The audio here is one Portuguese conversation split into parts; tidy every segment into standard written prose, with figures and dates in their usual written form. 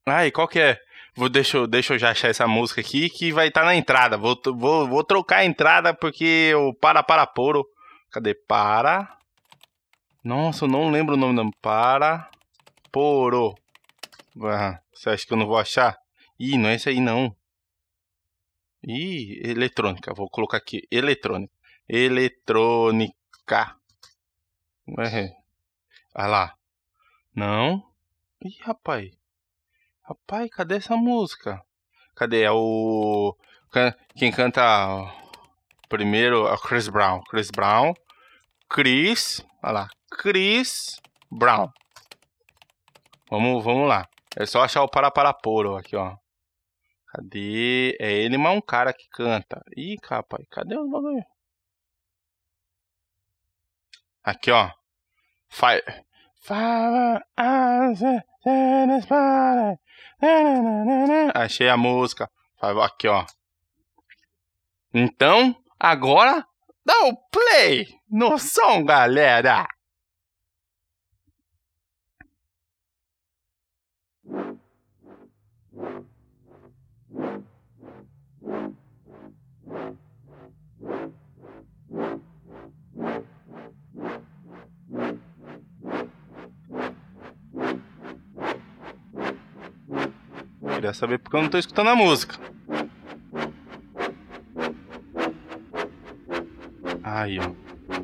Ai, qual que é? Deixa eu já achar essa música aqui que vai estar na entrada. Vou trocar a entrada porque o Para Poro. Cadê? Para. Nossa, eu não lembro o nome não. Para Poro. Você acha que eu não vou achar? Ih, não é esse aí não. Ih, eletrônica. Vou colocar aqui. Eletrônica. Eletrônica. Olha lá. Não. Ih, rapaz. Rapaz, cadê essa música? Cadê? É o... Quem canta primeiro é o Chris Brown. Olha lá. Chris Brown. Vamos lá. É só achar o Para Poro aqui, ó. Cadê? É ele, mas um cara que canta. Ih, rapaz, cadê o bagulho? Aqui, ó. Achei a música. Aqui, ó. Então, agora dá o play no som, galera. Queria saber porque eu não tô escutando a música. Aí, ó.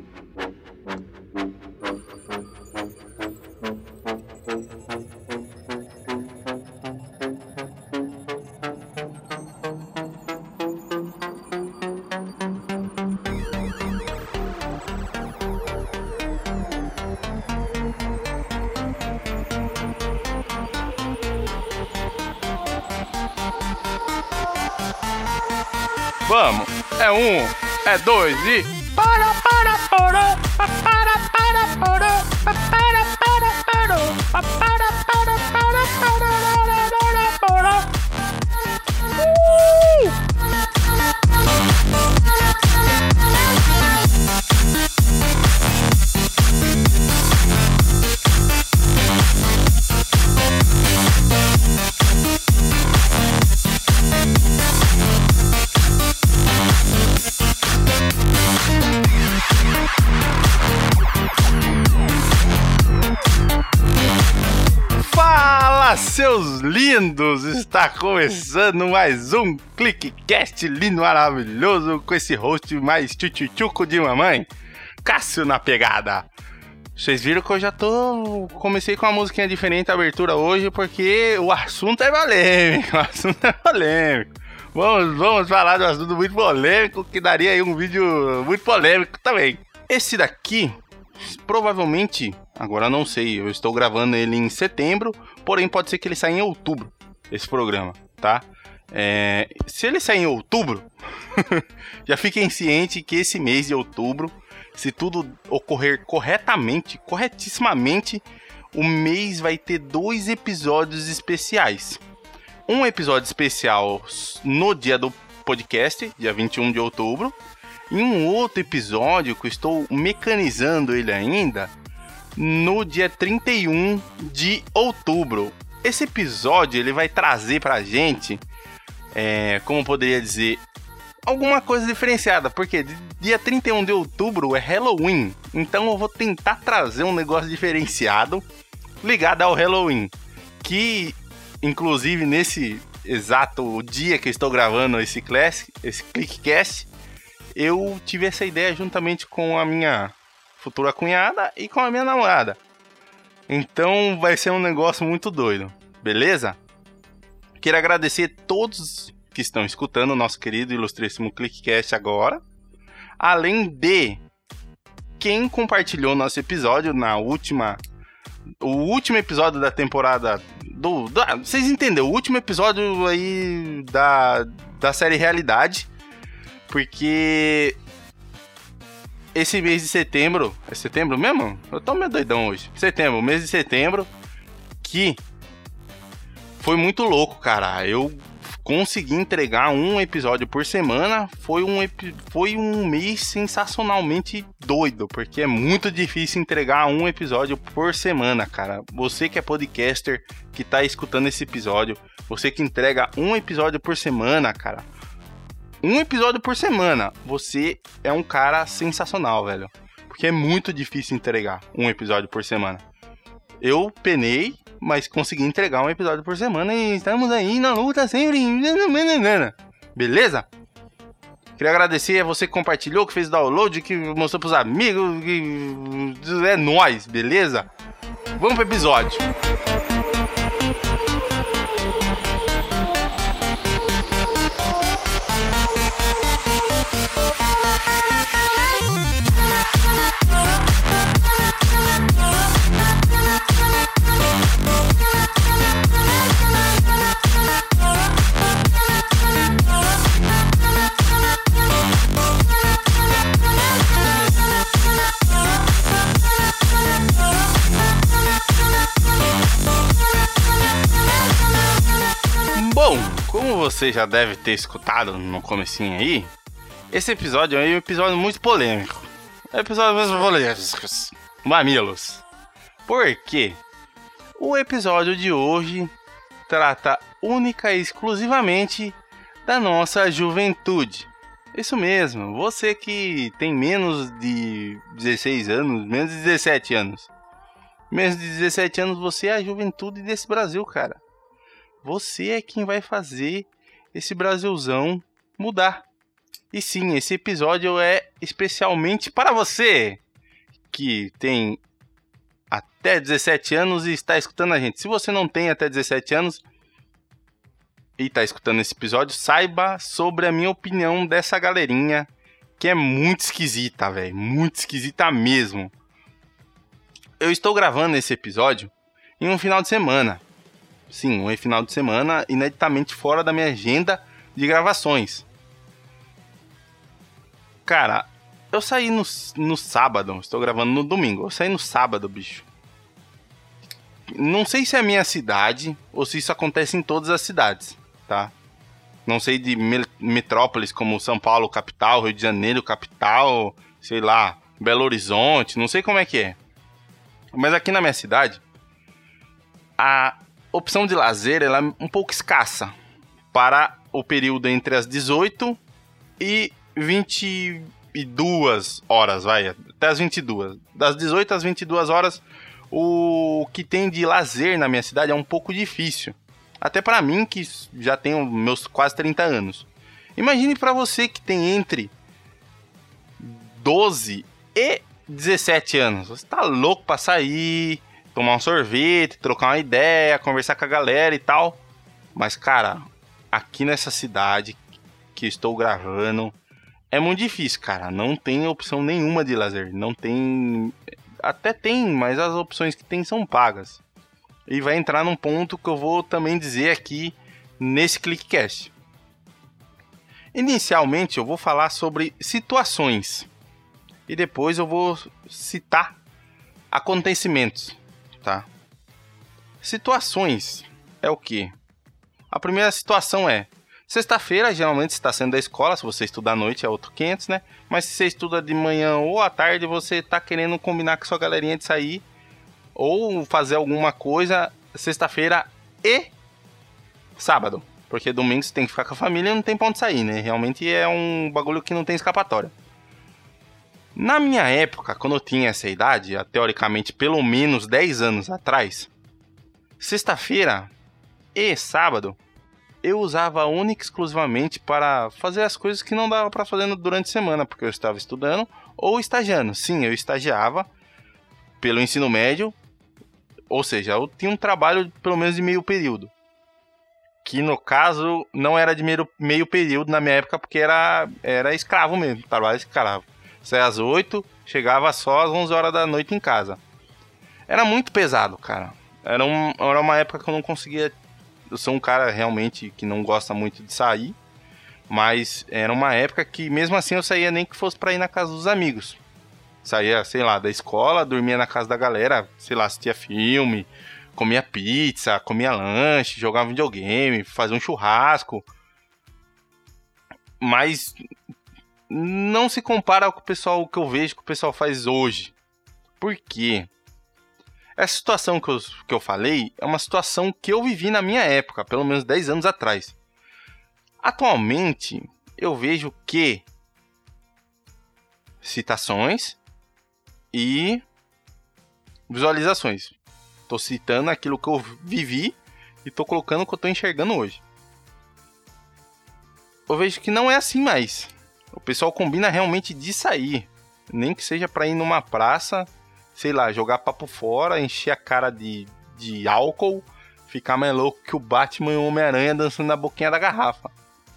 Vamos, é 1, é 2 e... Para, seus lindos, está começando mais um CliqueCast lindo, maravilhoso, com esse host mais tchutchuco de mamãe, Cássio na pegada. Vocês viram que eu já comecei com uma musiquinha diferente, a abertura hoje, porque o assunto é polêmico, Vamos falar de um assunto muito polêmico, que daria aí um vídeo muito polêmico também. Esse daqui, provavelmente, agora não sei, eu estou gravando ele em setembro, porém pode ser que ele saia em outubro, esse programa, tá? Se ele sair em outubro, já fiquem cientes que esse mês de outubro, se tudo ocorrer corretissimamente, o mês vai ter 2 episódios especiais. Um episódio especial no dia do podcast, dia 21 de outubro, e um outro episódio que eu estou mecanizando ele ainda, no dia 31 de outubro. Esse episódio ele vai trazer pra gente, como poderia dizer, alguma coisa diferenciada, porque dia 31 de outubro é Halloween, então eu vou tentar trazer um negócio diferenciado ligado ao Halloween, que inclusive nesse exato dia que eu estou gravando esse CliqueCast, eu tive essa ideia juntamente com a minha futura cunhada e com a minha namorada. Então vai ser um negócio muito doido, beleza? Quero agradecer a todos que estão escutando o nosso querido e ilustríssimo CliqueCast agora. Além de quem compartilhou nosso episódio o último episódio da temporada vocês entenderam, o último episódio aí da série Realidade, porque esse mês de setembro, é setembro mesmo? Eu tô meio doidão hoje. Mês de setembro, que foi muito louco, cara. Eu consegui entregar um episódio por semana. Foi um mês sensacionalmente doido, porque é muito difícil entregar um episódio por semana, cara. Você que é podcaster, que tá escutando esse episódio, você que entrega um episódio por semana, cara. Um episódio por semana, você é um cara sensacional, velho. Porque é muito difícil entregar um episódio por semana. Eu penei, mas consegui entregar um episódio por semana e estamos aí na luta sempre. Beleza? Queria agradecer a você que compartilhou, que fez o download, que mostrou pros amigos. É nóis, beleza? Vamos pro episódio. Bom, como você já deve ter escutado no comecinho aí, esse episódio é um episódio muito polêmico. É um episódio muito polêmico. Mamilos. Por quê? O episódio de hoje trata única e exclusivamente da nossa juventude. Isso mesmo, você que tem menos de 16 anos, menos de 17 anos. Menos de 17 anos, você é a juventude desse Brasil, cara. Você é quem vai fazer esse Brasilzão mudar. E sim, esse episódio é especialmente para você que tem até 17 anos e está escutando a gente. Se você não tem até 17 anos e está escutando esse episódio, saiba sobre a minha opinião dessa galerinha que é muito esquisita, velho. Muito esquisita mesmo. Eu estou gravando esse episódio em um final de semana. Sim, um final de semana ineditamente fora da minha agenda de gravações. Cara, eu saí no sábado, estou gravando no domingo. Eu saí no sábado, bicho. Não sei se é a minha cidade ou se isso acontece em todas as cidades, tá? Não sei de metrópoles como São Paulo, capital, Rio de Janeiro, capital, sei lá, Belo Horizonte, não sei como é que é. Mas aqui na minha cidade, a opção de lazer ela é um pouco escassa para o período entre as 18 e 22 horas, vai, até as 22. Das 18 às 22 horas, o que tem de lazer na minha cidade é um pouco difícil. Até para mim, que já tenho meus quase 30 anos. Imagine para você que tem entre 12 e 17 anos. Você tá louco para sair, tomar um sorvete, trocar uma ideia, conversar com a galera e tal. Mas, cara, aqui nessa cidade que estou gravando, é muito difícil, cara. Não tem opção nenhuma de lazer. Não tem... Até tem, mas as opções que tem são pagas. E vai entrar num ponto que eu vou também dizer aqui nesse ClickCast. Inicialmente eu vou falar sobre situações. E depois eu vou citar acontecimentos. Tá? Situações é o que? A primeira situação é sexta-feira, geralmente você está saindo da escola. Se você estuda à noite é outro 500, né? Mas se você estuda de manhã ou à tarde, você está querendo combinar com sua galerinha de sair ou fazer alguma coisa sexta-feira e sábado, porque domingo você tem que ficar com a família e não tem pra onde sair, né? Realmente é um bagulho que não tem escapatória. Na minha época, quando eu tinha essa idade, teoricamente pelo menos 10 anos atrás, sexta-feira e sábado, eu usava única e exclusivamente para fazer as coisas que não dava para fazer durante a semana, porque eu estava estudando ou estagiando. Sim, eu estagiava pelo ensino médio, ou seja, eu tinha um trabalho pelo menos de meio período. Que no caso não era de meio período na minha época, porque era escravo mesmo, trabalho escravo. Saía às 8, chegava só às 11 horas da noite em casa. Era muito pesado, cara. Era uma época que eu não conseguia... Eu sou um cara realmente que não gosta muito de sair, mas era uma época que mesmo assim eu saía nem que fosse pra ir na casa dos amigos. Saía, sei lá, da escola, dormia na casa da galera, sei lá, assistia filme, comia pizza, comia lanche, jogava videogame, fazia um churrasco. Mas não se compara ao que o pessoal, que eu vejo que o pessoal faz hoje. Por quê? Essa situação que eu falei é uma situação que eu vivi na minha época, pelo menos 10 anos atrás. Atualmente, eu vejo que citações e visualizações. Tô citando aquilo que eu vivi e tô colocando o que eu tô enxergando hoje. Eu vejo que não é assim mais. O pessoal combina realmente de sair. Nem que seja pra ir numa praça, sei lá, jogar papo fora, encher a cara de álcool, ficar mais louco que o Batman e o Homem-Aranha dançando na boquinha da garrafa.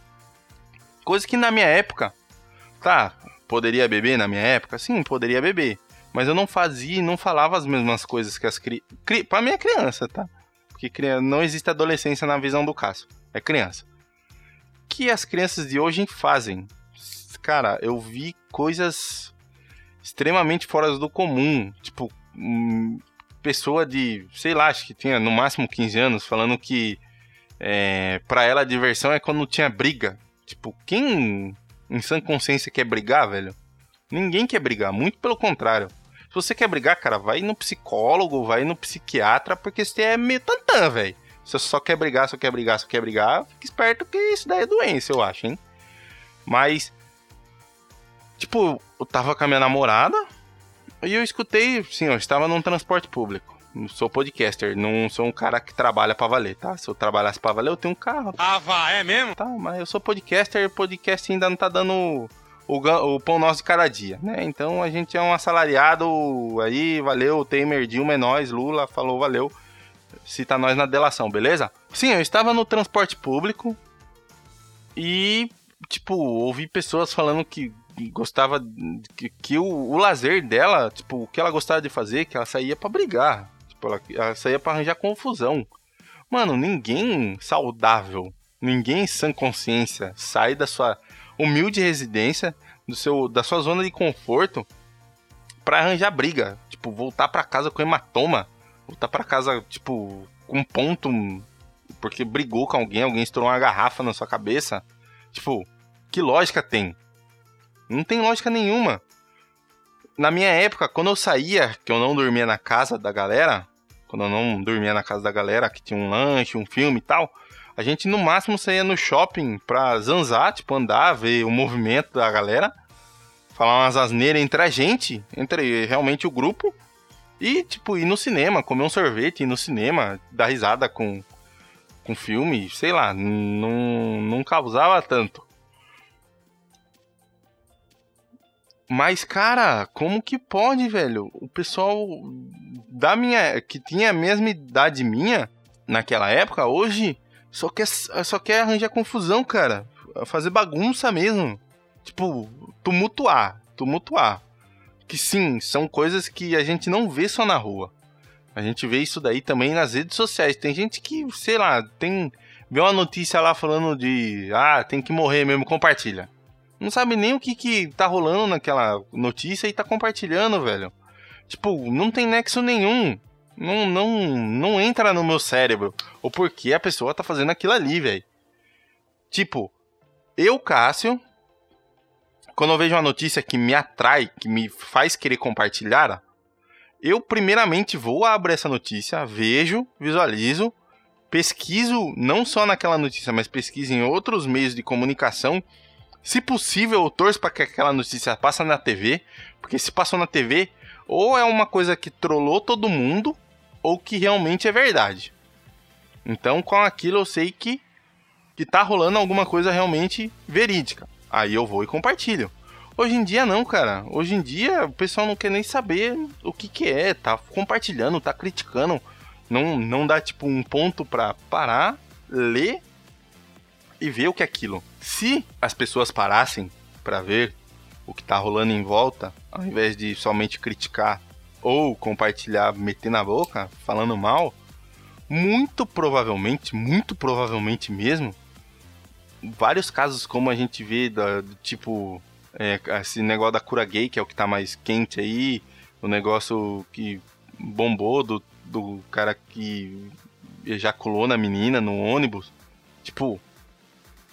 Coisa que na minha época, tá, poderia beber na minha época? Sim, poderia beber. Mas eu não fazia e não falava as mesmas coisas que as crianças. Pra mim é criança, tá? Porque não existe adolescência na visão do Cássio. É criança. Que as crianças de hoje fazem. Cara, eu vi coisas extremamente fora do comum. Tipo, pessoa de, sei lá, acho que tinha no máximo 15 anos, falando que pra ela a diversão é quando tinha briga. Tipo, quem em sã consciência quer brigar, velho? Ninguém quer brigar, muito pelo contrário. Se você quer brigar, cara, vai no psicólogo, vai no psiquiatra, porque você é meio tantã, velho. Se você só quer brigar, só quer brigar, fica esperto que isso daí é doença, eu acho, hein? Mas, tipo, eu tava com a minha namorada e eu escutei, sim, eu estava num transporte público. Não sou podcaster, não sou um cara que trabalha pra valer, tá? Se eu trabalhasse pra valer, eu tenho um carro. Ah, vá, é mesmo? Tá, mas eu sou podcaster, podcast ainda não tá dando o pão nosso de cada dia, né? Então a gente é um assalariado aí, valeu, Temer, Dilma, é nóis, Lula, falou, valeu. Cita nós na delação, beleza? Sim, eu estava no transporte público e, tipo, ouvi pessoas falando que gostava, que o lazer dela, tipo, o que ela gostava de fazer, que ela saía pra brigar, tipo, ela saía pra arranjar confusão. Mano, ninguém saudável, ninguém em sã consciência sai da sua humilde residência, da sua zona de conforto pra arranjar briga. Tipo, voltar pra casa com hematoma. Voltar pra casa, tipo, com um ponto porque brigou com alguém estourou uma garrafa na sua cabeça. Tipo, que lógica tem? Não tem lógica nenhuma. Na minha época, quando eu saía, que eu não dormia na casa da galera, que tinha um lanche, um filme e tal, a gente no máximo saía no shopping pra zanzar, tipo, andar, ver o movimento da galera, falar umas asneiras entre a gente, entre realmente o grupo, e, tipo, ir no cinema, comer um sorvete, ir no cinema, dar risada com filme, sei lá, não causava tanto. Mas, cara, como que pode, velho? O pessoal que tinha a mesma idade minha, naquela época, hoje, só quer arranjar confusão, cara. Fazer bagunça mesmo. Tipo, tumultuar. Que sim, são coisas que a gente não vê só na rua. A gente vê isso daí também nas redes sociais. Tem gente que, sei lá, vê uma notícia lá falando de... Ah, tem que morrer mesmo, compartilha. Não sabe nem o que tá rolando naquela notícia e tá compartilhando, velho. Tipo, não tem nexo nenhum. Não entra no meu cérebro o porquê a pessoa tá fazendo aquilo ali, velho. Tipo, eu, Cássio, quando eu vejo uma notícia que me atrai, que me faz querer compartilhar, eu primeiramente vou abrir essa notícia, vejo, visualizo, pesquiso não só naquela notícia, mas pesquiso em outros meios de comunicação. Se possível, eu torço para que aquela notícia passe na TV, porque se passou na TV, ou é uma coisa que trollou todo mundo, ou que realmente é verdade. Então, com aquilo eu sei que tá rolando alguma coisa realmente verídica. Aí eu vou e compartilho. Hoje em dia não, cara. Hoje em dia o pessoal não quer nem saber o que é, tá compartilhando, tá criticando. Não dá tipo um ponto pra parar, ler e ver o que é aquilo. Se as pessoas parassem pra ver o que tá rolando em volta, ao invés de somente criticar ou compartilhar, meter na boca, falando mal, muito provavelmente mesmo, vários casos como a gente vê do tipo esse negócio da cura gay, que é o que tá mais quente aí, o negócio que bombou do cara que ejaculou na menina no ônibus, tipo,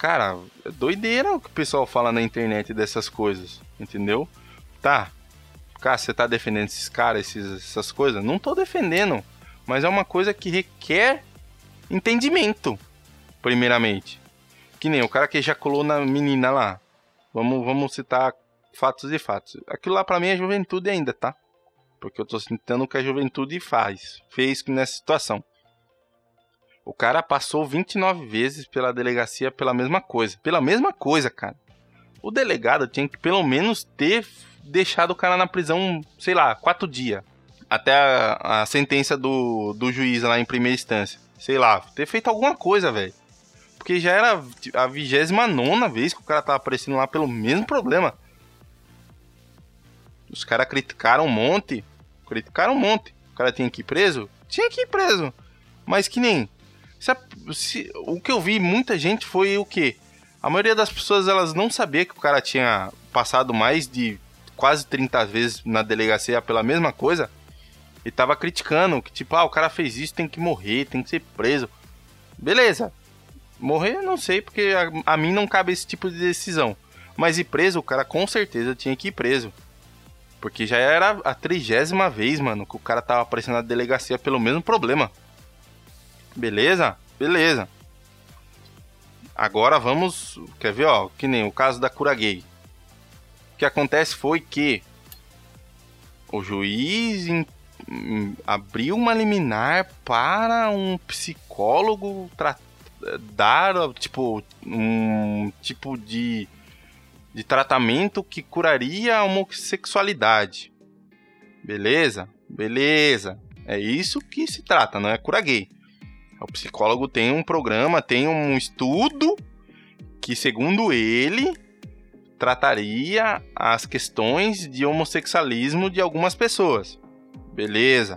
Cara, é doideira o que o pessoal fala na internet dessas coisas, entendeu? Tá, cara, você tá defendendo esses caras, essas coisas? Não tô defendendo, mas é uma coisa que requer entendimento, primeiramente. Que nem o cara que ejaculou na menina lá. Vamos citar fatos e fatos. Aquilo lá pra mim é juventude ainda, tá? Porque eu tô sentindo o que a juventude fez nessa situação. O cara passou 29 vezes pela delegacia pela mesma coisa. Pela mesma coisa, cara. O delegado tinha que pelo menos ter deixado o cara na prisão, sei lá, 4 dias. Até a sentença do juiz lá em primeira instância. Sei lá, ter feito alguma coisa, velho. Porque já era a 29ª vez que o cara tava aparecendo lá pelo mesmo problema. Os caras criticaram um monte. O cara tinha que ir preso? Tinha que ir preso. Mas que nem... o que eu vi, muita gente foi o quê? A maioria das pessoas, elas não sabia que o cara tinha passado mais de quase 30 vezes na delegacia pela mesma coisa. E tava criticando, que tipo, o cara fez isso, tem que morrer, tem que ser preso. Beleza. Morrer, não sei, porque a mim não cabe esse tipo de decisão. Mas ir preso, o cara com certeza tinha que ir preso. Porque já era a 30ª vez, mano, que o cara tava aparecendo na delegacia pelo mesmo problema. Beleza? Beleza. Agora vamos... Quer ver, ó? Que nem o caso da cura gay. O que acontece foi que o juiz abriu uma liminar para um psicólogo dar, tipo, um tipo de tratamento que curaria a homossexualidade. Beleza? Beleza. É isso que se trata, não é cura gay. O psicólogo tem um programa, tem um estudo que, segundo ele, trataria as questões de homossexualismo de algumas pessoas. Beleza.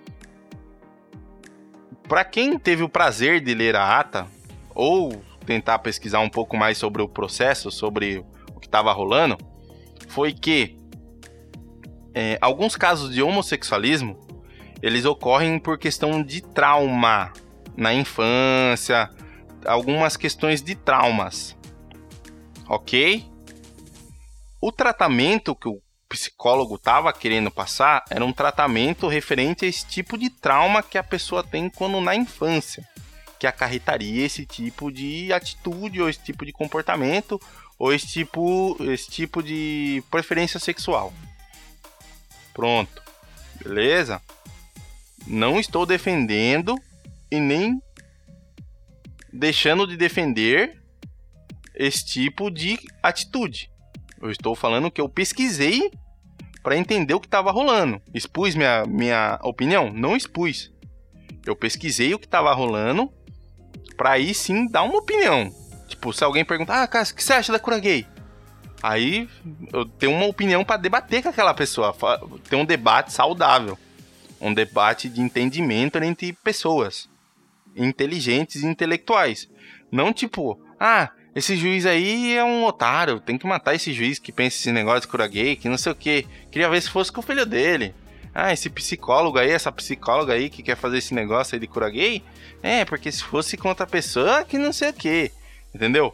Para quem teve o prazer de ler a ata, ou tentar pesquisar um pouco mais sobre o processo, sobre o que estava rolando, foi que alguns casos de homossexualismo, eles ocorrem por questão de trauma na infância, algumas questões de traumas, ok? O tratamento que o psicólogo estava querendo passar era um tratamento referente a esse tipo de trauma que a pessoa tem quando na infância, que acarretaria esse tipo de atitude, ou esse tipo de comportamento, ou esse tipo de preferência sexual. Pronto, beleza? Não estou defendendo e nem deixando de defender esse tipo de atitude. Eu estou falando que eu pesquisei para entender o que estava rolando. Expus minha opinião? Não expus. Eu pesquisei o que estava rolando para aí sim dar uma opinião. Tipo, se alguém perguntar, cara, o que você acha da cura gay? Aí eu tenho uma opinião para debater com aquela pessoa. Ter um debate saudável. Um debate de entendimento entre pessoas inteligentes e intelectuais. Não tipo, esse juiz aí é um otário, tem que matar esse juiz que pensa esse negócio de cura gay, que não sei o que. Queria ver se fosse com o filho dele. Esse psicólogo aí, essa psicóloga aí que quer fazer esse negócio aí de cura gay, porque se fosse com outra pessoa que não sei o que. Entendeu?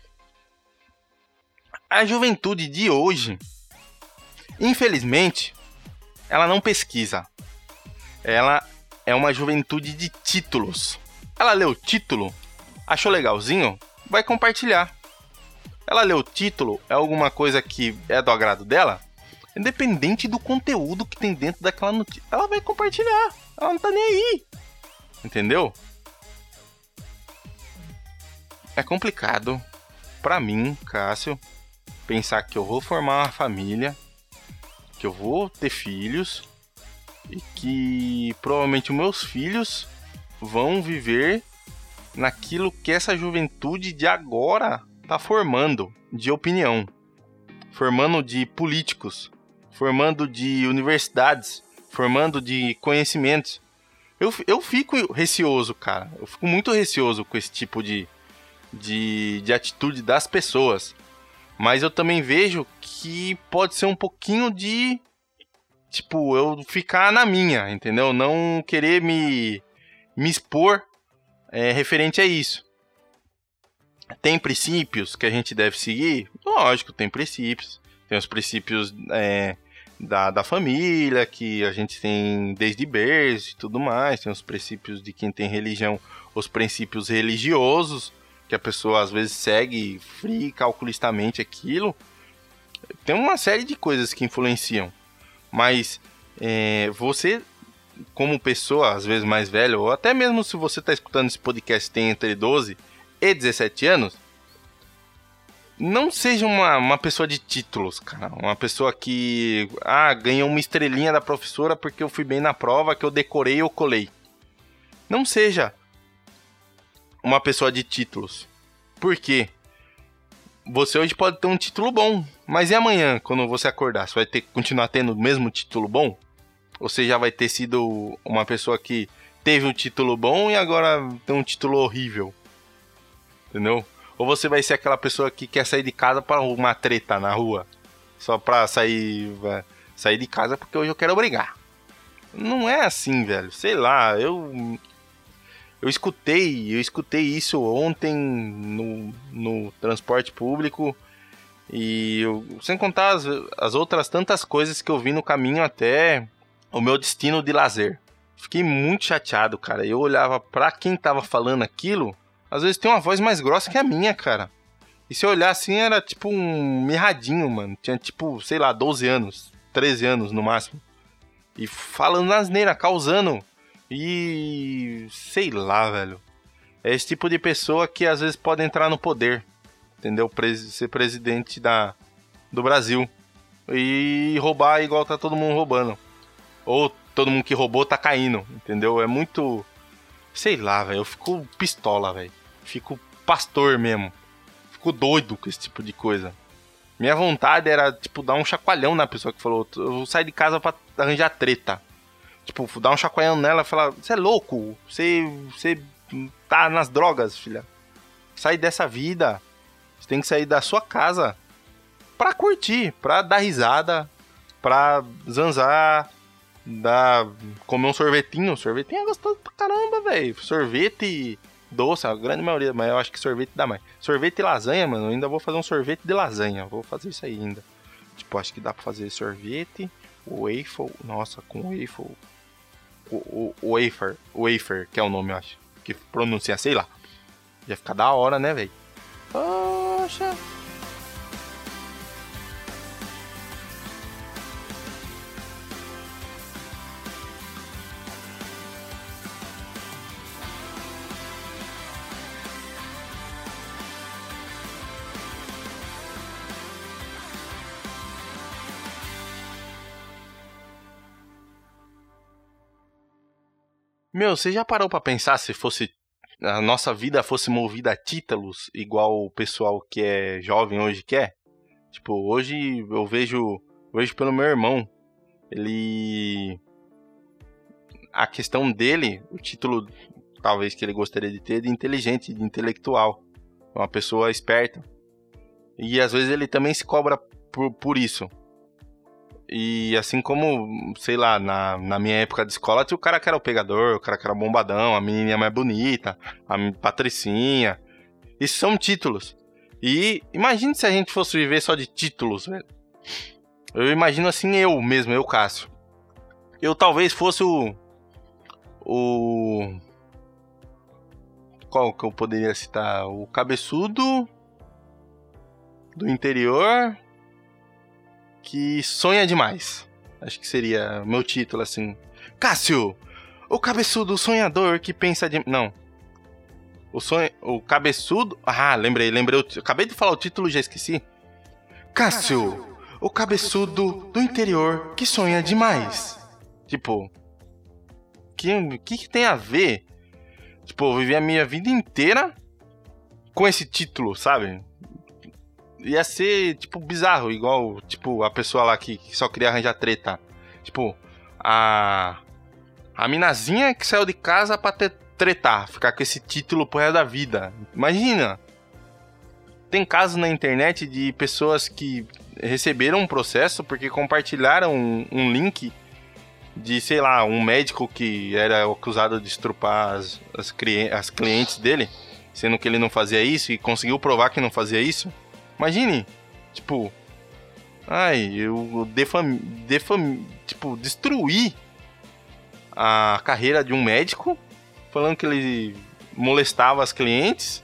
A juventude de hoje, infelizmente, ela não pesquisa. Ela é uma juventude de títulos. Ela leu o título, achou legalzinho, vai compartilhar. Ela leu o título, é alguma coisa que é do agrado dela, independente do conteúdo que tem dentro daquela notícia, ela vai compartilhar. Ela não tá nem aí. Entendeu? É complicado pra mim, Cássio, pensar que eu vou formar uma família, que eu vou ter filhos e que provavelmente os meus filhos vão viver naquilo que essa juventude de agora tá formando de opinião, formando de políticos, formando de universidades, formando de conhecimentos. Eu fico receoso, cara. Eu fico muito receoso com esse tipo de atitude das pessoas. Mas eu também vejo que pode ser um pouquinho de... Tipo, eu ficar na minha, entendeu? Não querer me expor referente a isso. Tem princípios que a gente deve seguir? Lógico, tem princípios. Tem os princípios da família, que a gente tem desde berço e tudo mais. Tem os princípios de quem tem religião, os princípios religiosos, que a pessoa às vezes segue frio, calculistamente aquilo. Tem uma série de coisas que influenciam. Mas você, como pessoa, às vezes mais velha, ou até mesmo se você está escutando esse podcast tem entre 12 e 17 anos, não seja uma pessoa de títulos, cara. Uma pessoa que ganhou uma estrelinha da professora porque eu fui bem na prova, que eu decorei ou colei. Não seja uma pessoa de títulos. Por quê? Você hoje pode ter um título bom, mas e amanhã, quando você acordar? Você vai ter que continuar tendo o mesmo título bom? Ou você já vai ter sido uma pessoa que teve um título bom e agora tem um título horrível? Entendeu? Ou você vai ser aquela pessoa que quer sair de casa para uma treta na rua? Só pra sair de casa porque hoje eu quero brigar. Não é assim, velho. Sei lá, eu escutei isso ontem no transporte público. E sem contar as outras tantas coisas que eu vi no caminho até o meu destino de lazer. Fiquei muito chateado, cara. Eu olhava pra quem tava falando aquilo. Às vezes tem uma voz mais grossa que a minha, cara. E se eu olhar assim, era tipo um mirradinho, mano. Tinha tipo, sei lá, 12 anos, 13 anos no máximo. E falando asneira, causando. E sei lá, velho. É esse tipo de pessoa que às vezes pode entrar no poder. Entendeu? Ser presidente do Brasil. E roubar igual tá todo mundo roubando. Ou todo mundo que roubou tá caindo. Entendeu? É muito... Sei lá, velho. Eu fico pistola, velho. Fico pastor mesmo. Fico doido com esse tipo de coisa. Minha vontade era, tipo, dar um chacoalhão na pessoa que falou: eu saio de casa pra arranjar treta. Tipo, dar um chacoalhão nela e falar: você é louco? Você tá nas drogas, filha. Sai dessa vida. Você tem que sair da sua casa pra curtir, pra dar risada, pra zanzar, comer um sorvetinho. Sorvetinho é gostoso pra caramba, velho. Sorvete doce, a grande maioria, mas eu acho que sorvete dá mais. Sorvete e lasanha, mano, eu ainda vou fazer um sorvete de lasanha. Vou fazer isso aí ainda. Tipo, acho que dá pra fazer sorvete, waffle, nossa, com waffle. O wafer, que é o nome, eu acho. Que pronuncia, sei lá. Ia ficar da hora, né, velho? Poxa. Meu, você já parou pra pensar se fosse a nossa vida fosse movida a títulos, igual o pessoal que é jovem hoje quer? Tipo, hoje eu vejo pelo meu irmão, a questão dele, o título talvez que ele gostaria de ter é de inteligente, de intelectual, uma pessoa esperta. E às vezes ele também se cobra por isso. E assim como, sei lá, na minha época de escola, tinha o cara que era o pegador, o cara que era bombadão, a menininha mais bonita, a patricinha. Isso são títulos. E imagine se a gente fosse viver só de títulos, velho. Eu imagino assim, eu, Cássio. Eu talvez fosse qual que eu poderia citar? O cabeçudo do interior que sonha demais. Acho que seria meu título, assim. Cássio, o cabeçudo sonhador que pensa de... Não. O cabeçudo... Ah, lembrei. Acabei de falar o título e já esqueci. Cássio, o cabeçudo do interior que sonha demais. Tipo... que tem a ver? Tipo, eu vivi a minha vida inteira com esse título, sabe? Ia ser, tipo, bizarro, igual, tipo, a pessoa lá que só queria arranjar treta. Tipo, a minazinha que saiu de casa pra tretar, ficar com esse título pro resto da vida. Imagina! Tem casos na internet de pessoas que receberam um processo porque compartilharam um link de, sei lá, um médico que era acusado de estrupar as clientes dele. sendo que ele não fazia isso e conseguiu provar que não fazia isso. Imagine, tipo, eu destruir a carreira de um médico, falando que ele molestava as clientes,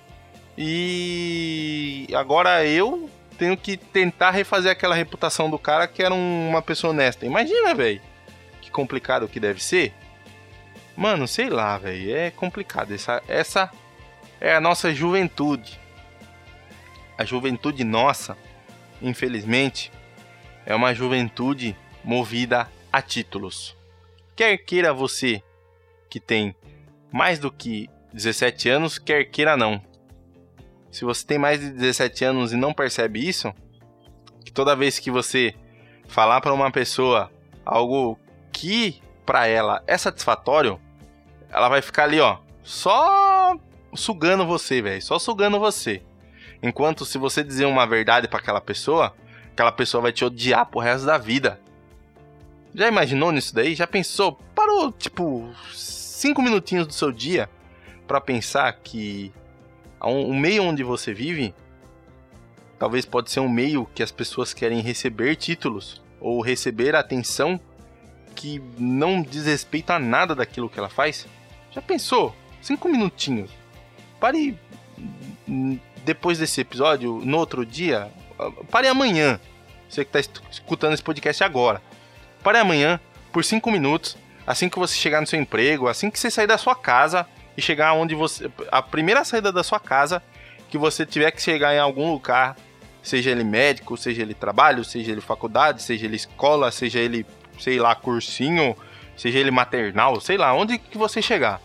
e agora eu tenho que tentar refazer aquela reputação do cara que era uma pessoa honesta. Imagina, velho, que complicado que deve ser. Mano, sei lá, velho, é complicado. Essa é a nossa juventude. A juventude nossa, infelizmente, é uma juventude movida a títulos. Quer queira você que tem mais do que 17 anos, quer queira não. Se você tem mais de 17 anos e não percebe isso, que toda vez que você falar para uma pessoa algo que para ela é satisfatório, ela vai ficar ali, ó, só sugando você, velho, só sugando você. Enquanto se você dizer uma verdade para aquela pessoa vai te odiar pro resto da vida. Já imaginou nisso daí? Já pensou? Parou, tipo, 5 minutinhos do seu dia para pensar que o meio onde você vive talvez pode ser um meio que as pessoas querem receber títulos ou receber atenção que não diz respeito a nada daquilo que ela faz? Já pensou? 5 minutinhos. Pare depois desse episódio, no outro dia, pare amanhã. Você que está escutando esse podcast agora. Pare amanhã por 5 minutos, assim que você chegar no seu emprego, assim que você sair da sua casa e chegar onde você... A primeira saída da sua casa, que você tiver que chegar em algum lugar, seja ele médico, seja ele trabalho, seja ele faculdade, seja ele escola, seja ele, sei lá, cursinho, seja ele maternal, sei lá, onde que você chegar.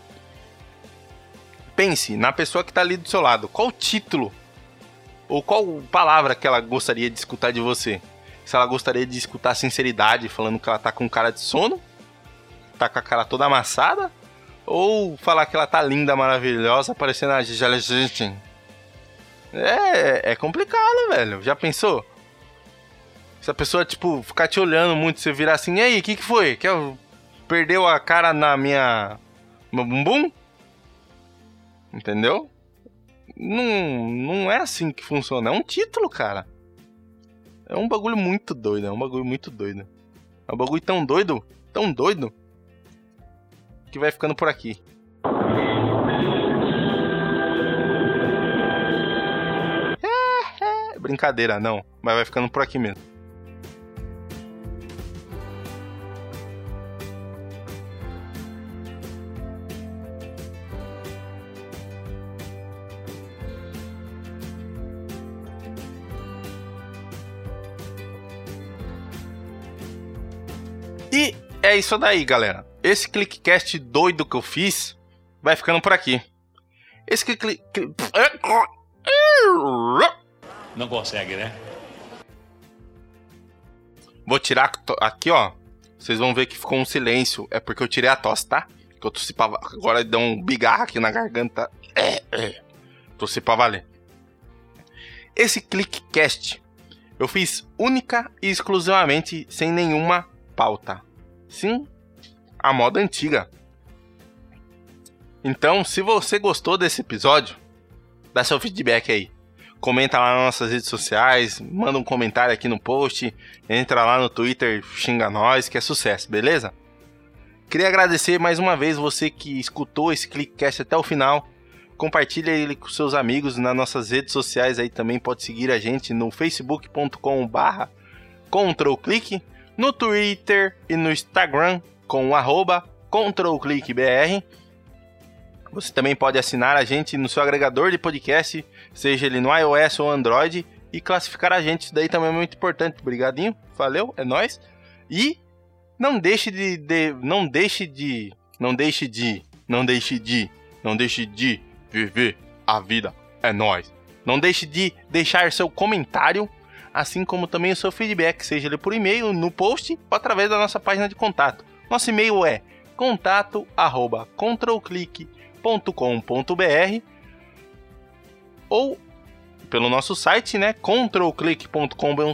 Pense na pessoa que está ali do seu lado. Qual o título ou qual palavra que ela gostaria de escutar de você? Se ela gostaria de escutar sinceridade, falando que ela tá com cara de sono, tá com a cara toda amassada, ou falar que ela tá linda, maravilhosa, parecendo a Gisele Bündchen. É complicado, velho. Já pensou? Se a pessoa, tipo, ficar te olhando muito, você virar assim, e aí, o que foi? Perdeu a cara no meu bumbum? Entendeu? Não é assim que funciona. É um título, cara. É um bagulho muito doido. É um bagulho tão doido, que vai ficando por aqui. Brincadeira, não. Mas vai ficando por aqui mesmo. E é isso daí, galera. Esse ClickCast doido que eu fiz vai ficando por aqui. Não consegue, né? Vou tirar aqui, ó. Vocês vão ver que ficou um silêncio. É porque eu tirei a tosse, tá? Que eu tossi pra... Agora deu um bigarro aqui na garganta. Tossi pra valer. Esse ClickCast eu fiz única e exclusivamente sem nenhuma pauta. Sim, a moda antiga. Então, se você gostou desse episódio, dá seu feedback aí. Comenta lá nas nossas redes sociais, manda um comentário aqui no post, entra lá no Twitter, xinga nós, que é sucesso, beleza? Queria agradecer mais uma vez você que escutou esse ClickCast até o final. Compartilha ele com seus amigos nas nossas redes sociais aí também. Pode seguir a gente no facebook.com/controlclick, no Twitter e no Instagram com @controlclickbr. Você também pode assinar a gente no seu agregador de podcast, seja ele no iOS ou Android, e classificar a gente. Isso daí também é muito importante. Obrigadinho, valeu, é nóis. E não deixe de viver a vida, é nóis. Não deixe de deixar seu comentário, assim como também o seu feedback, seja ele por e-mail, no post ou através da nossa página de contato. Nosso e-mail é contato@controlclick.com.br ou pelo nosso site, né, controlclick.com.br,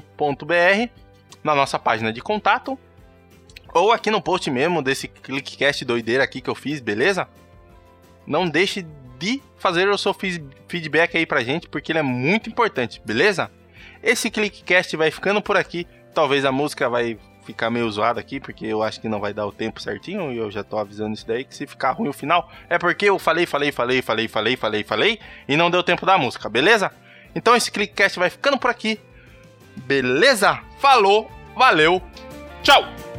na nossa página de contato, ou aqui no post mesmo desse ClickCast doideira aqui que eu fiz, beleza? Não deixe de fazer o seu feedback aí pra gente, porque ele é muito importante, beleza? Esse CliqueCast vai ficando por aqui. Talvez a música vai ficar meio zoada aqui, porque eu acho que não vai dar o tempo certinho, e eu já tô avisando isso daí, que se ficar ruim o final, é porque eu falei, e não deu tempo da música, beleza? Então esse CliqueCast vai ficando por aqui, beleza? Falou, valeu, tchau!